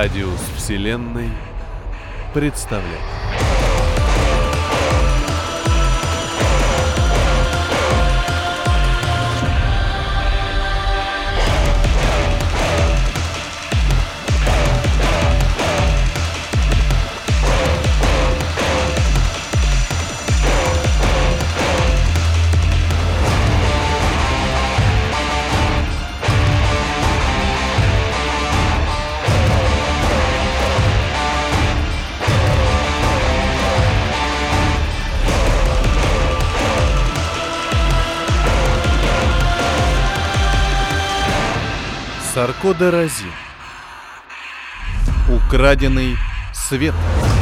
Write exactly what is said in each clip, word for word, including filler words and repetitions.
Радиус Вселенной представляет. Сарко де Рази. Украденный свет.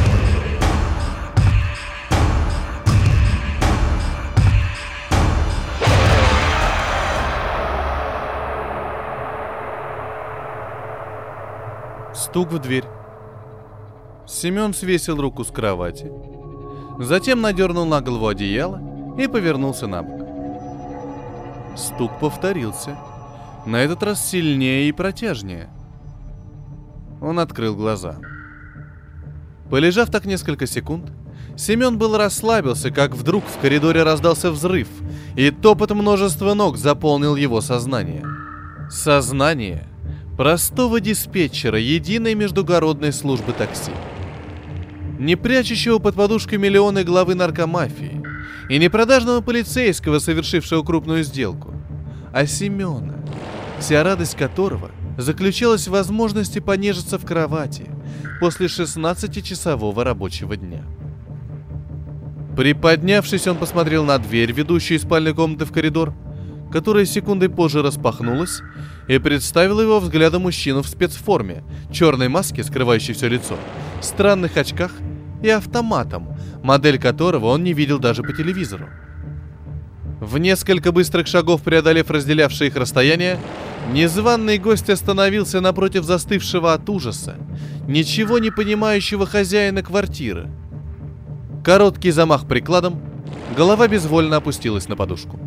Стук в дверь. Семен свесил руку с кровати, затем надернул на голову одеяло и повернулся на бок. Стук повторился. На этот раз сильнее и протяжнее. Он открыл глаза. Полежав так несколько секунд, Семен был расслабился, как вдруг в коридоре раздался взрыв, и топот множества ног заполнил его сознание. Сознание простого диспетчера единой междугородной службы такси. Не прячущего под подушкой миллионы главы наркомафии и не продажного полицейского, совершившего крупную сделку, а Семена, вся радость которого заключалась в возможности понежиться в кровати после шестнадцатичасового рабочего дня. Приподнявшись, он посмотрел на дверь, ведущую из спальной комнаты в коридор, которая секундой позже распахнулась, и представил его взглядом мужчину в спецформе, черной маске, скрывающей все лицо, странных очках и автоматом, модель которого он не видел даже по телевизору. В несколько быстрых шагов преодолев разделявшее их расстояние, незваный гость остановился напротив застывшего от ужаса, ничего не понимающего хозяина квартиры. Короткий замах прикладом, голова безвольно опустилась на подушку.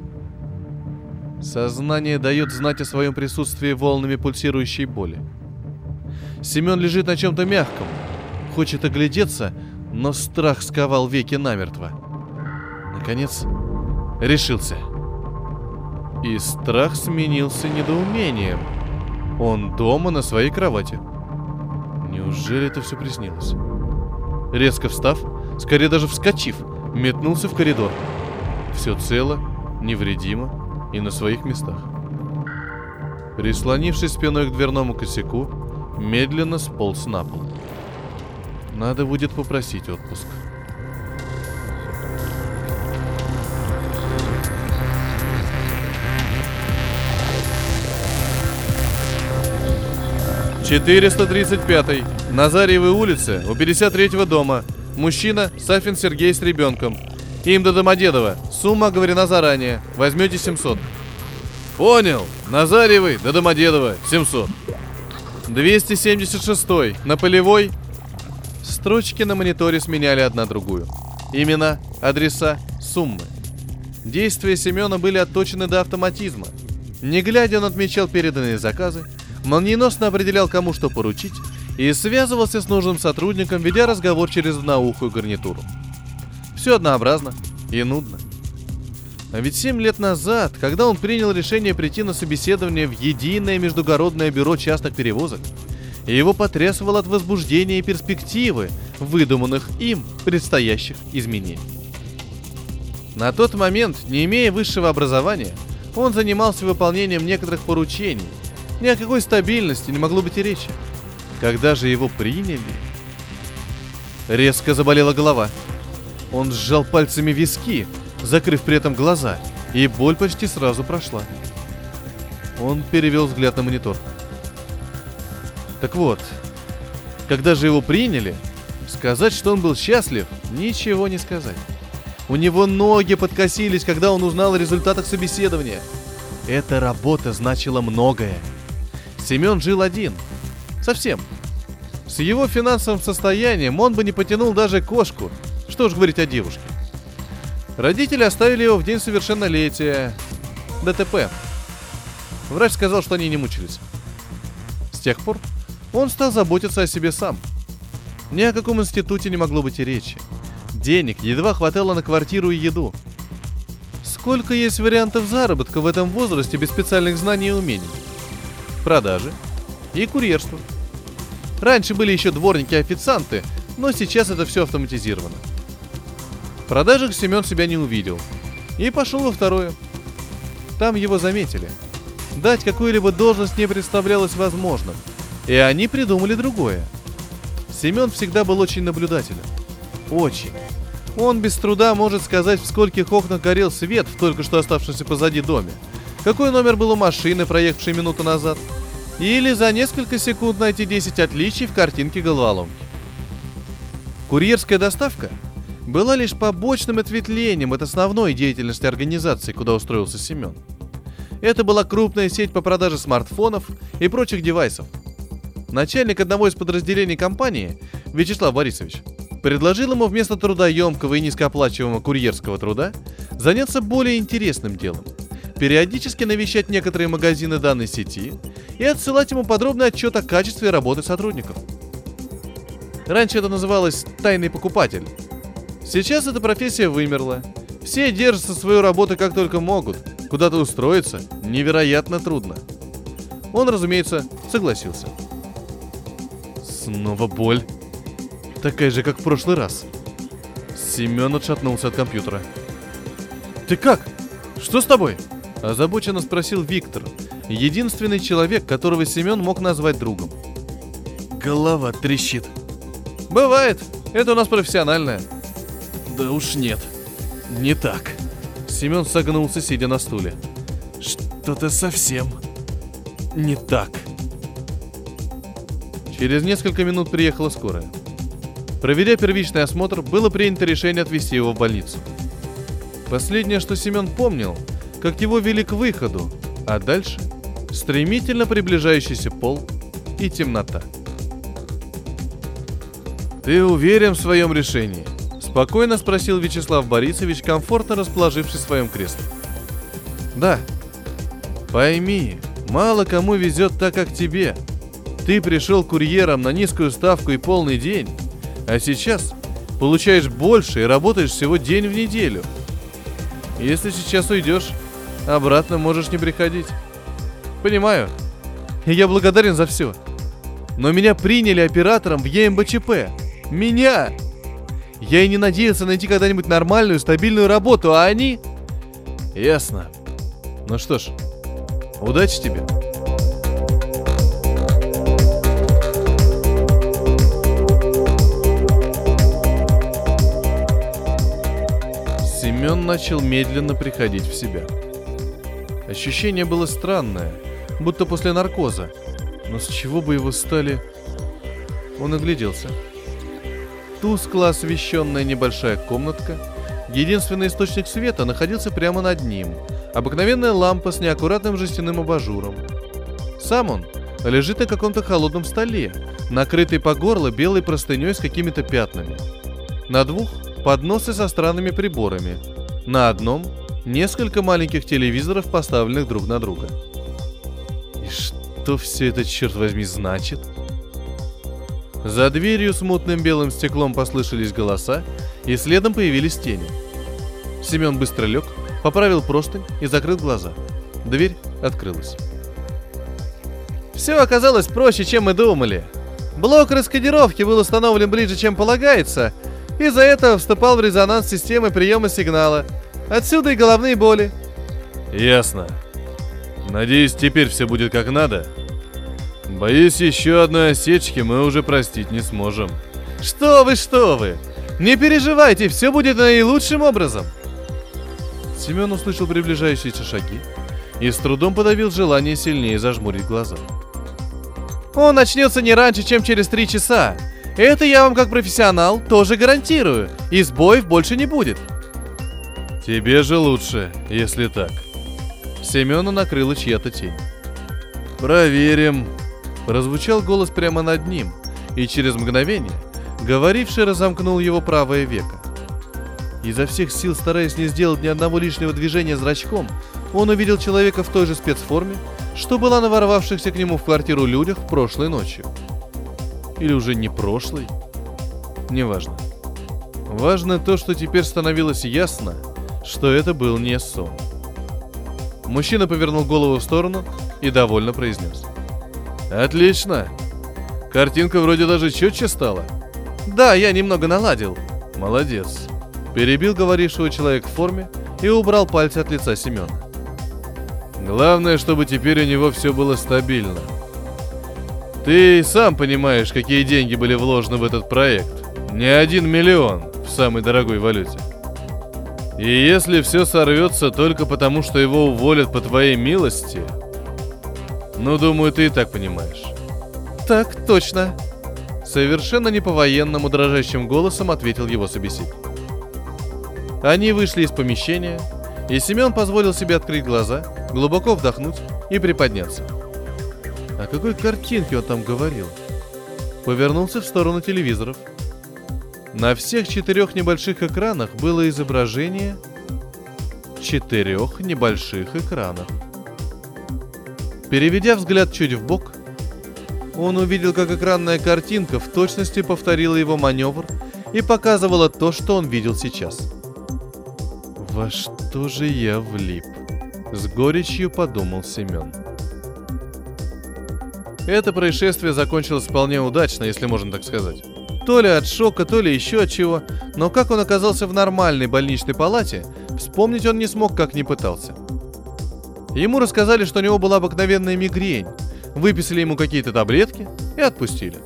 Сознание дает знать о своем присутствии волнами пульсирующей боли. Семен лежит на чем-то мягком, хочет оглядеться, но страх сковал веки намертво. Наконец, решился. И страх сменился недоумением. Он дома на своей кровати. Неужели это все приснилось? Резко встав, скорее даже вскочив, метнулся в коридор. Все цело, невредимо и на своих местах. Прислонившись спиной к дверному косяку, медленно сполз на пол. Надо будет попросить отпуск. четыреста тридцать пятый. Назарьевой улице, у пятьдесят третьего дома. Мужчина, Сафин Сергей с ребенком. Им до Домодедово. Сумма оговорена заранее. Возьмете семьсот. Понял. Назарьевой до Домодедово. семьсот. двести семьдесят шестой. На Полевой. Строчки на мониторе сменяли одна другую. Имена, адреса, суммы. Действия Семена были отточены до автоматизма. Не глядя, он отмечал переданные заказы, молниеносно определял, кому что поручить, и связывался с нужным сотрудником, ведя разговор через одноухую гарнитуру. Все однообразно и нудно. А ведь семь лет назад, когда он принял решение прийти на собеседование в единое междугородное бюро частных перевозок, его потрясывало от возбуждения и перспективы выдуманных им предстоящих изменений. На тот момент, не имея высшего образования, он занимался выполнением некоторых поручений. Ни о какой стабильности не могло быть и речи. Когда же его приняли... Резко заболела голова. Он сжал пальцами виски, закрыв при этом глаза, и боль почти сразу прошла. Он перевел взгляд на монитор. Так вот, когда же его приняли, сказать, что он был счастлив, ничего не сказать. У него ноги подкосились, когда он узнал о результатах собеседования. Эта работа значила многое. Семен жил один. Совсем. С его финансовым состоянием он бы не потянул даже кошку. Что уж говорить о девушке. Родители оставили его в день совершеннолетия. ДТП. Врач сказал, что они не мучились. С тех пор он стал заботиться о себе сам. Ни о каком институте не могло быть и речи. Денег едва хватало на квартиру и еду. Сколько есть вариантов заработка в этом возрасте без специальных знаний и умений? Продажи и курьерство. Раньше были еще дворники-официанты, но сейчас это все автоматизировано. В продажах Семен себя не увидел и пошел во второе. Там его заметили. Дать какую-либо должность не представлялось возможным, и они придумали другое. Семен всегда был очень наблюдателен. Очень. Он без труда может сказать, в скольких окнах горел свет в только что оставшемся позади доме, какой номер был у машины, проехавшей минуту назад, или за несколько секунд найти десять отличий в картинке головоломки. Курьерская доставка была лишь побочным ответвлением от основной деятельности организации, куда устроился Семен. Это была крупная сеть по продаже смартфонов и прочих девайсов. Начальник одного из подразделений компании, Вячеслав Борисович, предложил ему вместо трудоемкого и низкооплачиваемого курьерского труда заняться более интересным делом – периодически навещать некоторые магазины данной сети и отсылать ему подробный отчет о качестве работы сотрудников. Раньше это называлось «тайный покупатель». Сейчас эта профессия вымерла. Все держатся свою работу как только могут. Куда-то устроиться невероятно трудно. Он, разумеется, согласился. Снова боль. Такая же, как в прошлый раз. Семен отшатнулся от компьютера. «Ты как? Что с тобой?» Озабоченно спросил Виктор, единственный человек, которого Семен мог назвать другом. «Голова трещит». «Бывает. Это у нас профессиональное». «Да уж нет. Не так». Семен согнулся, сидя на стуле. «Что-то совсем не так». Через несколько минут приехала скорая. Проведя первичный осмотр, было принято решение отвезти его в больницу. Последнее, что Семен помнил, как его вели к выходу, а дальше стремительно приближающийся пол и темнота. «Ты уверен в своем решении?» — спокойно спросил Вячеслав Борисович, комфортно расположившись в своем кресле. «Да. Пойми, мало кому везет так, как тебе. Ты пришел курьером на низкую ставку и полный день, а сейчас получаешь больше и работаешь всего день в неделю. Если сейчас уйдешь, обратно можешь не приходить. Понимаю, и я благодарен за все. Но меня приняли оператором в Е М Б Ч П. Меня! Я и не надеялся найти когда-нибудь нормальную, стабильную работу, а они... Ясно. Ну что ж, удачи тебе. Семен начал медленно приходить в себя. Ощущение было странное, будто после наркоза. Но с чего бы его стали... Он огляделся. Тускло освещенная небольшая комнатка. Единственный источник света находился прямо над ним. Обыкновенная лампа с неаккуратным жестяным абажуром. Сам он лежит на каком-то холодном столе, накрытый по горло белой простыней с какими-то пятнами. На двух подносы со странными приборами. На одном несколько маленьких телевизоров, поставленных друг на друга. И что все это, черт возьми, значит? За дверью с мутным белым стеклом послышались голоса, и следом появились тени. Семен быстро лег, поправил простынь и закрыл глаза. Дверь открылась. Все оказалось проще, чем мы думали. Блок раскодировки был установлен ближе, чем полагается. Из-за этого вступал в резонанс системы приема сигнала. Отсюда и головные боли. Ясно. Надеюсь, теперь все будет как надо. Боюсь, еще одной осечки мы уже простить не сможем. Что вы, что вы! Не переживайте, все будет наилучшим образом. Семен услышал приближающиеся шаги и с трудом подавил желание сильнее зажмурить глаза. Он начнется не раньше, чем через три часа. Это я вам как профессионал тоже гарантирую. И сбоев больше не будет. Тебе же лучше, если так. Семена накрыла чья-то тень. Проверим. Прозвучал голос прямо над ним, и через мгновение говоривший разомкнул его правое веко. Изо всех сил, стараясь не сделать ни одного лишнего движения зрачком, он увидел человека в той же спецформе, что была на ворвавшихся к нему в квартиру людях прошлой ночью. Или уже не прошлый? Неважно. Важно то, что теперь становилось ясно, что это был не сон. Мужчина повернул голову в сторону и довольно произнес: «Отлично! Картинка вроде даже четче стала». «Да, я немного наладил». «Молодец», — перебил говорившего человек в форме и убрал пальцы от лица Семена. «Главное, чтобы теперь у него все было стабильно. Ты сам понимаешь, какие деньги были вложены в этот проект. Не один миллион в самой дорогой валюте. И если все сорвется только потому, что его уволят по твоей милости, ну, думаю, ты и так понимаешь». «Так точно», — совершенно не по-военному дрожащим голосом ответил его собеседник. Они вышли из помещения, и Семен позволил себе открыть глаза, глубоко вдохнуть и приподняться. О какой картинке он там говорил? Повернулся в сторону телевизоров. На всех четырех небольших экранах было изображение четырех небольших экранов. Переведя взгляд чуть вбок, он увидел, как экранная картинка в точности повторила его маневр и показывала то, что он видел сейчас. «Во что же я влип?» — с горечью подумал Семен. Это происшествие закончилось вполне удачно, если можно так сказать. То ли от шока, то ли еще от чего, но как он оказался в нормальной больничной палате, вспомнить он не смог, как ни пытался. Ему рассказали, что у него была обыкновенная мигрень, выписали ему какие-то таблетки и отпустили.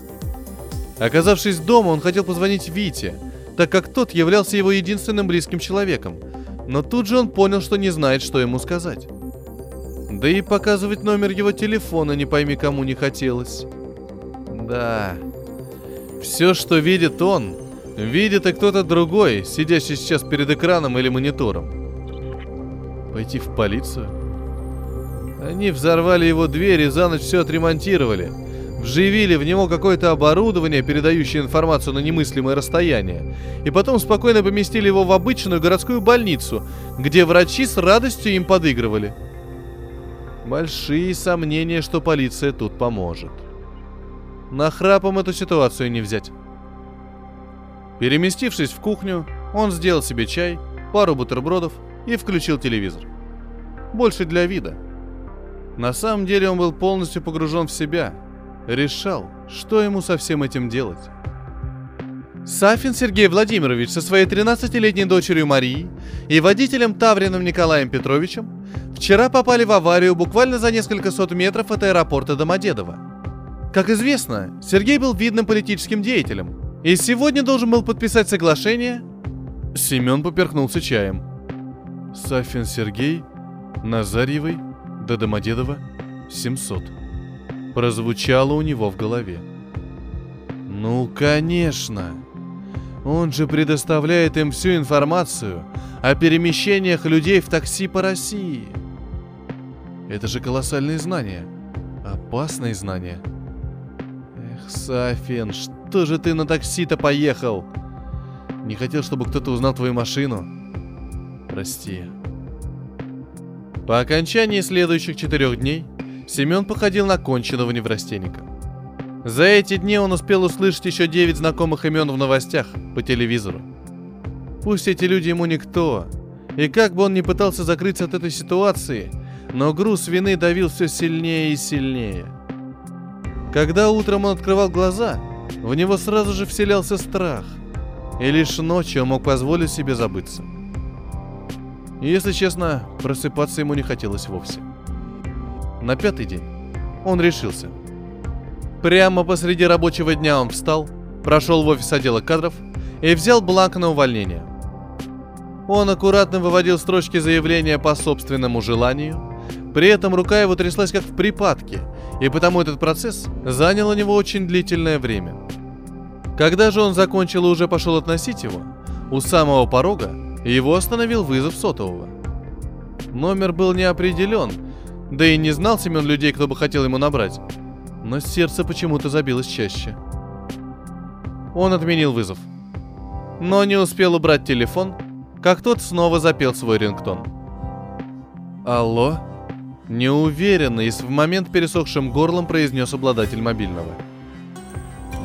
Оказавшись дома, он хотел позвонить Вите, так как тот являлся его единственным близким человеком, но тут же он понял, что не знает, что ему сказать. Да и показывать номер его телефона не пойми кому не хотелось. Да, все, что видит он, видит и кто-то другой, сидящий сейчас перед экраном или монитором. Пойти в полицию? Они взорвали его дверь и за ночь все отремонтировали. Вживили в него какое-то оборудование, передающее информацию на немыслимое расстояние, и потом спокойно поместили его в обычную городскую больницу, где врачи с радостью им подыгрывали. Большие сомнения, что полиция тут поможет. Нахрапом эту ситуацию не взять. Переместившись в кухню, он сделал себе чай, пару бутербродов и включил телевизор. Больше для вида. На самом деле он был полностью погружен в себя. Решал, что ему со всем этим делать. Сафин Сергей Владимирович со своей тринадцатилетней дочерью Марией и водителем Тавриным Николаем Петровичем вчера попали в аварию буквально за несколько сот метров от аэропорта Домодедово. Как известно, Сергей был видным политическим деятелем и сегодня должен был подписать соглашение. Семен поперхнулся чаем. Сафин Сергей, Назарьевой, до Домодедова, семьсот. Прозвучало у него в голове. Ну, конечно. Он же предоставляет им всю информацию о перемещениях людей в такси по России. Это же колоссальные знания. Опасные знания. Эх, Сафин, что же ты на такси-то поехал? Не хотел, чтобы кто-то узнал твою машину? Прости. По окончании следующих четырех дней Семен походил на конченого неврастенника. За эти дни он успел услышать еще девять знакомых имен в новостях по телевизору. Пусть эти люди ему никто, и как бы он ни пытался закрыться от этой ситуации, но груз вины давил все сильнее и сильнее. Когда утром он открывал глаза, в него сразу же вселялся страх, и лишь ночью он мог позволить себе забыться. И, если честно, просыпаться ему не хотелось вовсе. На пятый день он решился. Прямо посреди рабочего дня он встал, прошел в офис отдела кадров и взял бланк на увольнение. Он аккуратно выводил строчки заявления по собственному желанию, при этом рука его тряслась как в припадке, и потому этот процесс занял у него очень длительное время. Когда же он закончил и уже пошел относить его, у самого порога его остановил вызов сотового. Номер был не определен, да и не знал Семен людей, кто бы хотел ему набрать, но сердце почему-то забилось чаще. Он отменил вызов, но не успел убрать телефон, как тот снова запел свой рингтон. «Алло?» — неуверенно и в момент пересохшим горлом произнес обладатель мобильного.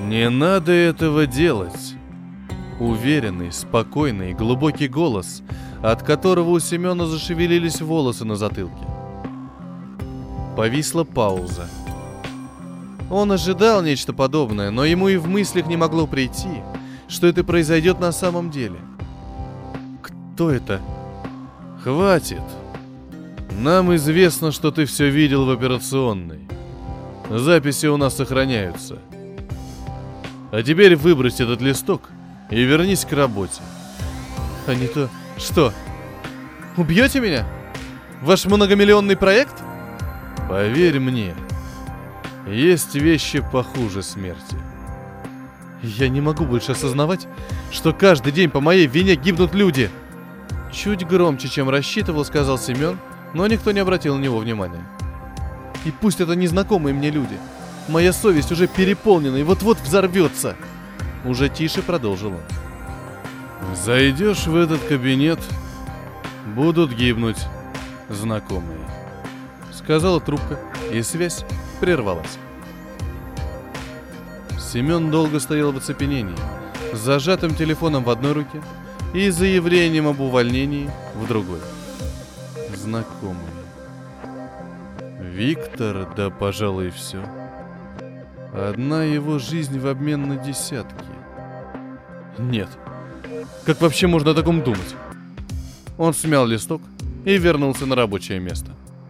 Не надо этого делать. Уверенный, спокойный, глубокий голос, от которого у Семена зашевелились волосы на затылке. Повисла пауза. Он ожидал нечто подобное, но ему и в мыслях не могло прийти, что это произойдет на самом деле. Кто это? Хватит. Нам известно, что ты все видел в операционной. Записи у нас сохраняются. А теперь выбрось этот листок и вернись к работе. А не то... Что? Убьете меня? Ваш многомиллионный проект? Поверь мне, есть вещи похуже смерти. Я не могу больше осознавать, что каждый день по моей вине гибнут люди. Чуть громче, чем рассчитывал, сказал Семен, но никто не обратил на него внимания. И пусть это незнакомые мне люди. Моя совесть уже переполнена и вот-вот взорвется. Уже тише продолжил он. Зайдешь в этот кабинет, будут гибнуть знакомые. Сказала трубка, и связь прервалась. Семен долго стоял в оцепенении, с зажатым телефоном в одной руке и заявлением об увольнении в другой. Знакомые. Виктор, да, пожалуй, все. Одна его жизнь в обмен на десятки. Нет. Как вообще можно о таком думать? Он смял листок и вернулся на рабочее место.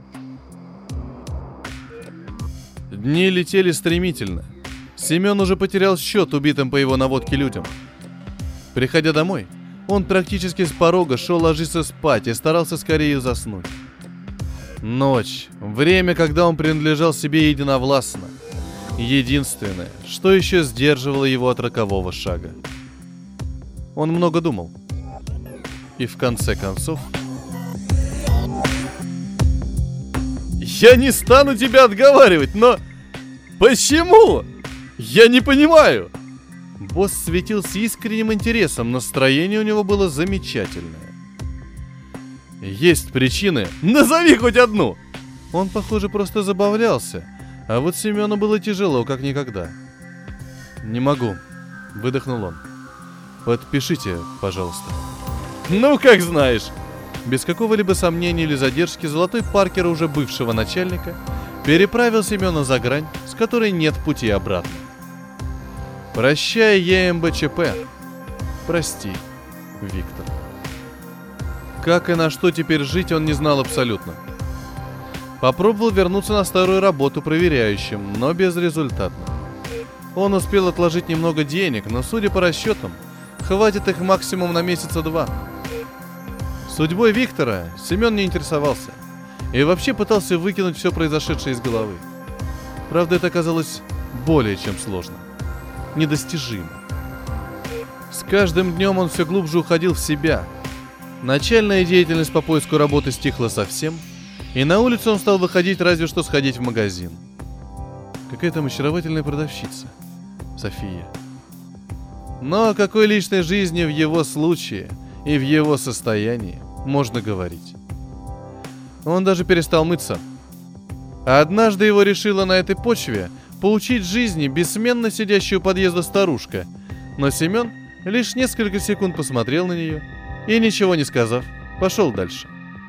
Дни летели стремительно. Семен уже потерял счет убитым по его наводке людям. Приходя домой, он практически с порога шел ложиться спать и старался скорее заснуть. Ночь, время, когда он принадлежал себе единовластно. Единственное, что еще сдерживало его от рокового шага. Он много думал. И в конце концов... Я не стану тебя отговаривать, но... Почему? Я не понимаю. Босс светил с искренним интересом, настроение у него было замечательное. Есть причины. Назови хоть одну. Он, похоже, просто забавлялся. А вот Семену было тяжело, как никогда. Не могу, выдохнул он. Подпишите, пожалуйста. Ну, как знаешь. Без какого-либо сомнения или задержки золотой Паркер, уже бывшего начальника, переправил Семена за грань, с которой нет пути обратно. Прощай, ЕМБЧП. Прости, Виктор. Как и на что теперь жить, он не знал абсолютно. Попробовал вернуться на старую работу проверяющим, но безрезультатно. Он успел отложить немного денег, но, судя по расчетам, хватит их максимум на месяца два. Судьбой Виктора Семен не интересовался и вообще пытался выкинуть все произошедшее из головы. Правда, это оказалось более чем сложно, недостижимо. С каждым днем он все глубже уходил в себя. Начальная деятельность по поиску работы стихла совсем, и на улицу он стал выходить разве что сходить в магазин. Какая там очаровательная продавщица, София. Но о какой личной жизни в его случае и в его состоянии можно говорить? Он даже перестал мыться. Однажды его решила на этой почве поучить жизни бессменно сидящую у подъезда старушка, но Семен лишь несколько секунд посмотрел на нее и, ничего не сказав, пошел дальше.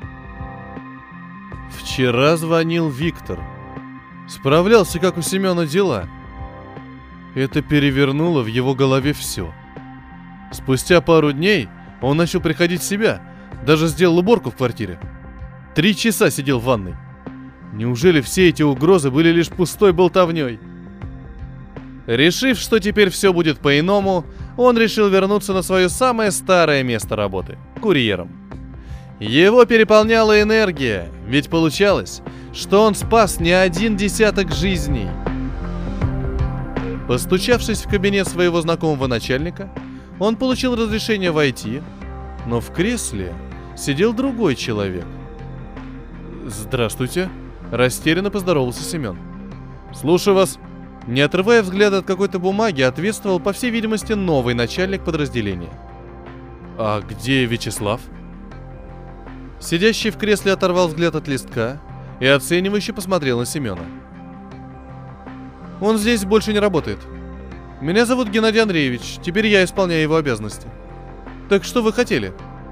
Вчера звонил Виктор. Справлялся, как у Семена дела. Это перевернуло в его голове все. Спустя пару дней он начал приходить в себя, даже сделал уборку в квартире. Три часа сидел в ванной. Неужели все эти угрозы были лишь пустой болтовней? Решив, что теперь все будет по-иному, он решил вернуться на свое самое старое место работы – курьером. Его переполняла энергия, ведь получалось, что он спас не один десяток жизней. Постучавшись в кабинет своего знакомого начальника, он получил разрешение войти, но в кресле сидел другой человек. «Здравствуйте», – растерянно поздоровался Семен. «Слушаю вас». Не отрывая взгляда от какой-то бумаги, ответствовал, по всей видимости, новый начальник подразделения. «А где Вячеслав?» Сидящий в кресле оторвал взгляд от листка и оценивающе посмотрел на Семена. «Он здесь больше не работает. Меня зовут Геннадий Андреевич. Теперь я исполняю его обязанности. Так что вы хотели?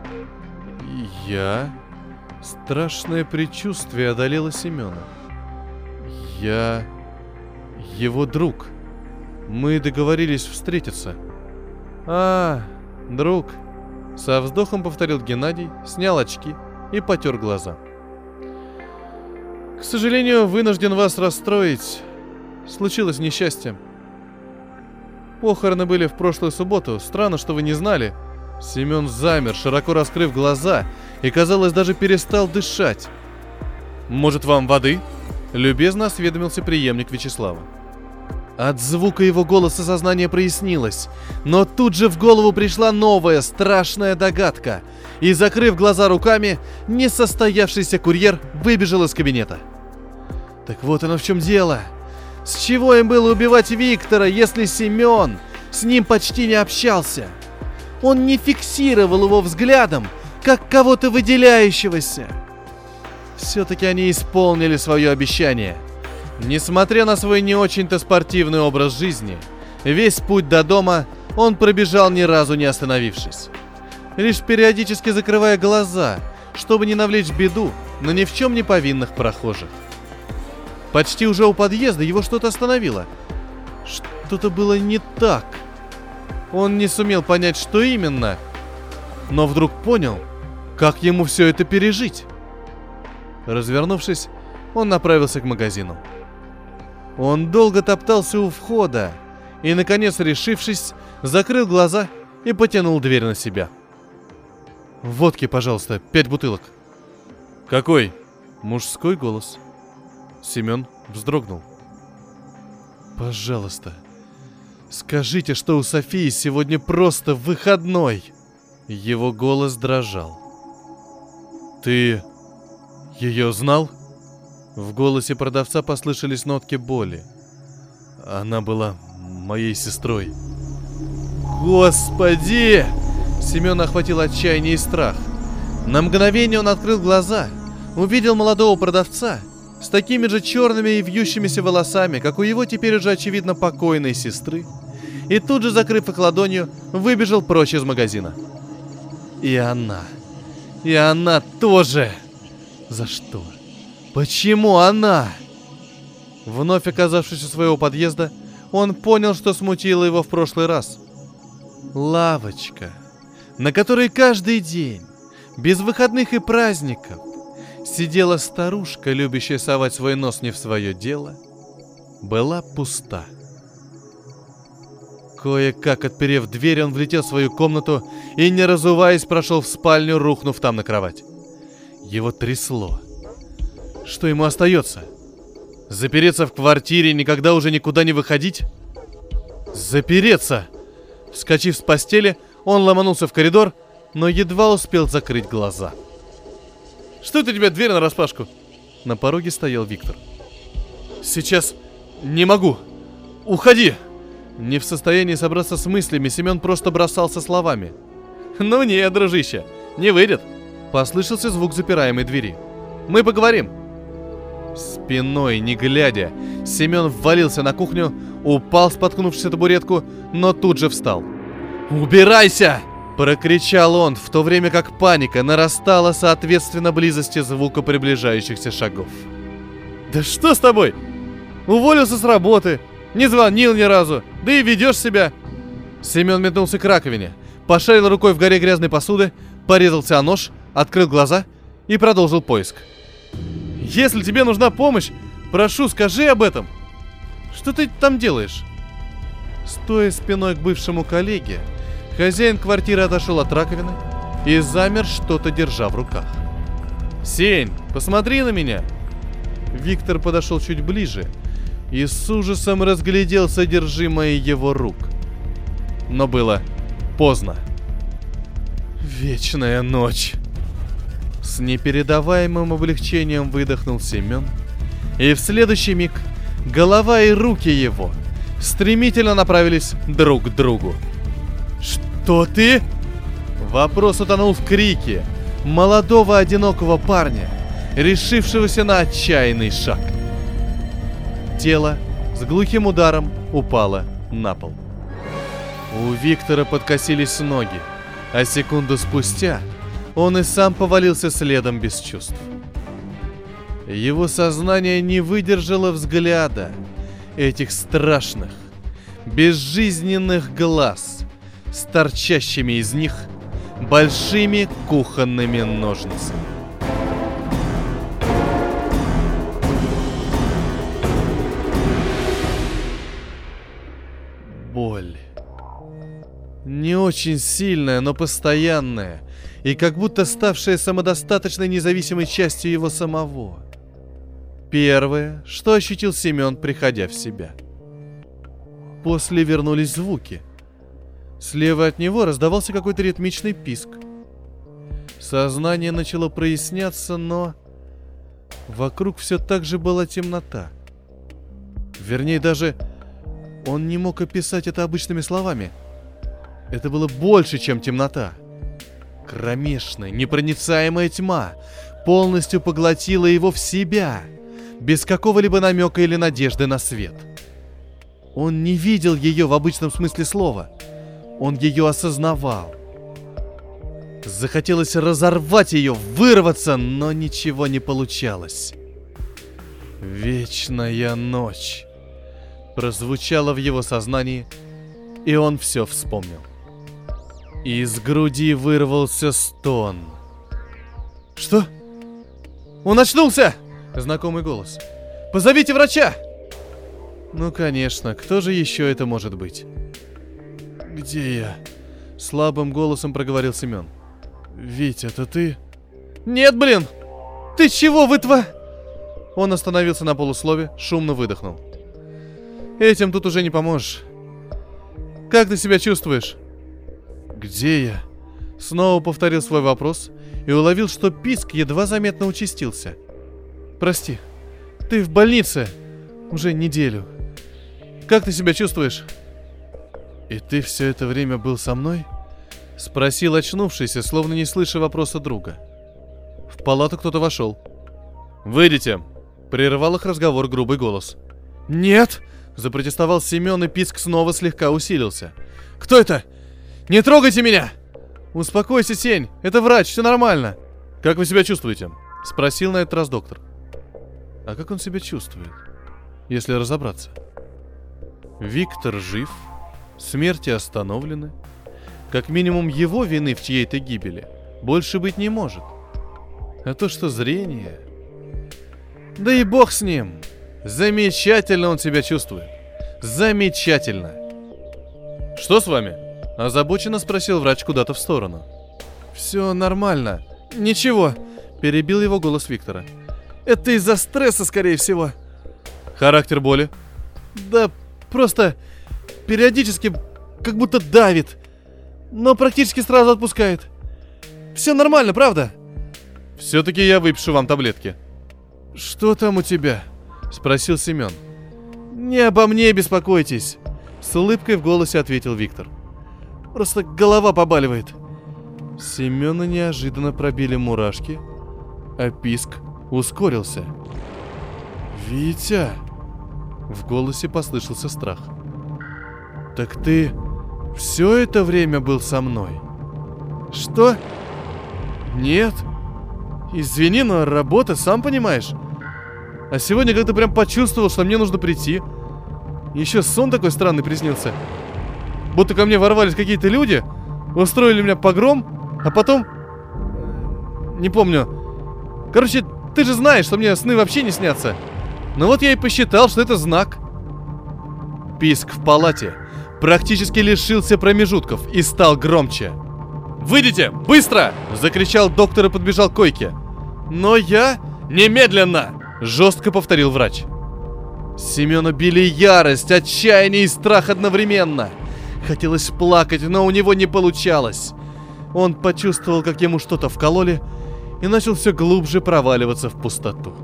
Я... Страшное предчувствие одолело Семена. Я... его друг. Мы договорились встретиться. А, друг. Со вздохом повторил Геннадий, снял очки и потер глаза. К сожалению, вынужден вас расстроить. Случилось несчастье. Похороны были в прошлую субботу. Странно, что вы не знали. Семен замер, широко раскрыв глаза, и, казалось, даже перестал дышать. «Может, вам воды?» — любезно осведомился преемник Вячеслава. От звука его голоса сознание прояснилось, но тут же в голову пришла новая страшная догадка, и, закрыв глаза руками, несостоявшийся курьер выбежал из кабинета. Так вот оно в чем дело. С чего им было убивать Виктора, если Семен с ним почти не общался? Он не фиксировал его взглядом, как кого-то выделяющегося. Все-таки они исполнили свое обещание. Несмотря на свой не очень-то спортивный образ жизни, весь путь до дома он пробежал ни разу не остановившись. Лишь периодически закрывая глаза, чтобы не навлечь беду на ни в чем не повинных прохожих. Почти уже у подъезда его что-то остановило. Что-то было не так. Он не сумел понять, что именно, но вдруг понял, как ему все это пережить. Развернувшись, он направился к магазину. Он долго топтался у входа и, наконец, решившись, закрыл глаза и потянул дверь на себя. «Водки, пожалуйста, пять бутылок». «Какой?» Мужской голос. Семен вздрогнул. «Пожалуйста, скажите, что у Софии сегодня просто выходной». Его голос дрожал. «Ты ее знал?» В голосе продавца послышались нотки боли. «Она была моей сестрой». «Господи!» Семена охватил отчаяние и страх. На мгновение он открыл глаза, увидел молодого продавца с такими же черными и вьющимися волосами, как у его теперь уже очевидно покойной сестры, и тут же, закрыв их ладонью, выбежал прочь из магазина. И она, и она тоже. За что? Почему она? Вновь оказавшись у своего подъезда, он понял, что смутило его в прошлый раз. Лавочка, на которой каждый день, без выходных и праздников, сидела старушка, любящая совать свой нос не в свое дело, была пуста. Кое-как отперев дверь, он влетел в свою комнату и, не разуваясь, прошел в спальню, рухнув там на кровать. Его трясло. Что ему остается? Запереться в квартире и никогда уже никуда не выходить? Запереться! Вскочив с постели, он ломанулся в коридор, но едва успел закрыть глаза. «Что это у тебя дверь нараспашку?» На пороге стоял Виктор. «Сейчас не могу. Уходи!» Не в состоянии собраться с мыслями, Семен просто бросался словами. «Ну нет, дружище, не выйдет!» Послышался звук запираемой двери. «Мы поговорим!» Спиной, не глядя, Семен ввалился на кухню, упал, споткнувшись о табуретку, но тут же встал. «Убирайся!» — прокричал он, в то время как паника нарастала соответственно близости звука приближающихся шагов. «Да что с тобой? Уволился с работы, не звонил ни разу, да и ведешь себя!» Семен метнулся к раковине, пошарил рукой в горе грязной посуды, порезался о нож, открыл глаза и продолжил поиск. «Если тебе нужна помощь, прошу, скажи об этом. Что ты там делаешь?» Стоя спиной к бывшему коллеге, хозяин квартиры отошел от раковины и замер, что-то держа в руках. «Сень, посмотри на меня!» Виктор подошел чуть ближе и с ужасом разглядел содержимое его рук. Но было поздно. «Вечная ночь!» С непередаваемым облегчением выдохнул Семен, и в следующий миг голова и руки его стремительно направились друг к другу. «Что ты?» Вопрос утонул в крике молодого одинокого парня, решившегося на отчаянный шаг. Тело с глухим ударом упало на пол. У Виктора подкосились ноги, а секунду спустя он и сам повалился следом без чувств. Его сознание не выдержало взгляда этих страшных, безжизненных глаз с торчащими из них большими кухонными ножницами. Боль. Не очень сильная, но постоянная, и как будто ставшая самодостаточной независимой частью его самого. Первое, что ощутил Семен, приходя в себя. После вернулись звуки. Слева от него раздавался какой-то ритмичный писк. Сознание начало проясняться, но вокруг все так же была темнота. Вернее, даже он не мог описать это обычными словами. Это было больше, чем темнота. Кромешная, непроницаемая тьма полностью поглотила его в себя, без какого-либо намека или надежды на свет. Он не видел ее в обычном смысле слова. Он ее осознавал. Захотелось разорвать ее, вырваться, но ничего не получалось. «Вечная ночь» прозвучало в его сознании, и он все вспомнил. Из груди вырвался стон. «Что? Он очнулся!» Знакомый голос. «Позовите врача!» Ну, конечно, кто же еще это может быть? «Где я?» Слабым голосом проговорил Семен. «Вить, это ты?» «Нет, блин! Ты чего, вытва?» Он остановился на полуслове, шумно выдохнул. «Этим тут уже не поможешь. Как ты себя чувствуешь?» «Где я?» Снова повторил свой вопрос и уловил, что писк едва заметно участился. «Прости, ты в больнице уже неделю. Как ты себя чувствуешь?» «И ты все это время был со мной?» Спросил очнувшийся, словно не слыша вопроса друга. В палату кто-то вошел. «Выйдите!» Прервал их разговор грубый голос. «Нет!» Запротестовал Семен, и писк снова слегка усилился. «Кто это? Не трогайте меня!» «Успокойся, Сень, это врач, все нормально!» «Как вы себя чувствуете?» Спросил на этот раз доктор. А как он себя чувствует, если разобраться? Виктор жив, смерти остановлены. Как минимум его вины в чьей-то гибели больше быть не может. А то, что зрение... Да и бог с ним! Замечательно он себя чувствует. Замечательно. «Что с вами?» Озабоченно спросил врач куда-то в сторону. «Все нормально. Ничего», перебил его голос Виктора. «Это из-за стресса, скорее всего». «Характер боли?» «Да просто периодически как будто давит, но практически сразу отпускает. Все нормально, правда?» «Все-таки я выпишу вам таблетки». «Что там у тебя?» Спросил Семен. «Не обо мне беспокойтесь», с улыбкой в голосе ответил Виктор. «Просто голова побаливает». Семена неожиданно пробили мурашки, а писк ускорился. «Витя!» В голосе послышался страх. «Так ты все это время был со мной?» «Что?» «Нет. Извини, но работа, сам понимаешь. А сегодня как-то прям почувствовал, что мне нужно прийти. Еще сон такой странный приснился. Будто ко мне ворвались какие-то люди, устроили у меня погром, а потом... Не помню. Короче, ты же знаешь, что мне сны вообще не снятся. Но вот я и посчитал, что это знак». Писк в палате практически лишился промежутков и стал громче. «Выйдите! Быстро!» — закричал доктор и подбежал к койке. «Но я... Немедленно!» — жестко повторил врач. Семена били ярость, отчаяние и страх одновременно. Хотелось плакать, но у него не получалось. Он почувствовал, как ему что-то вкололи, и начал все глубже проваливаться в пустоту.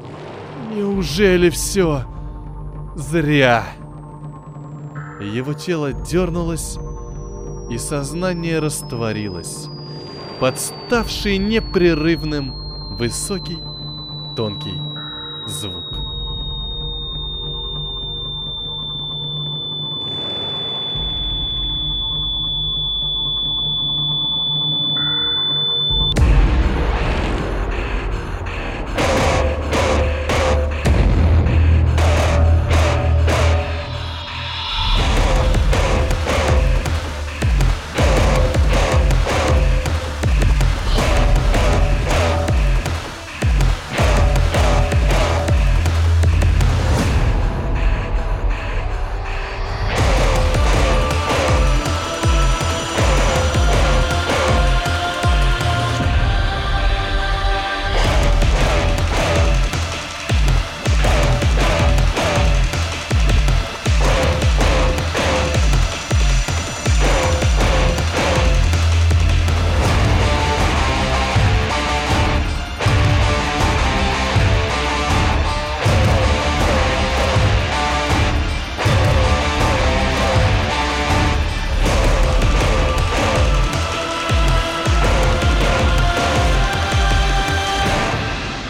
Неужели все зря? Его тело дернулось, и сознание растворилось под ставший непрерывным высокий, тонкий звук.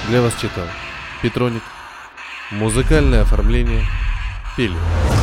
Для вас читал Петроник. Музыкальное оформление Пили.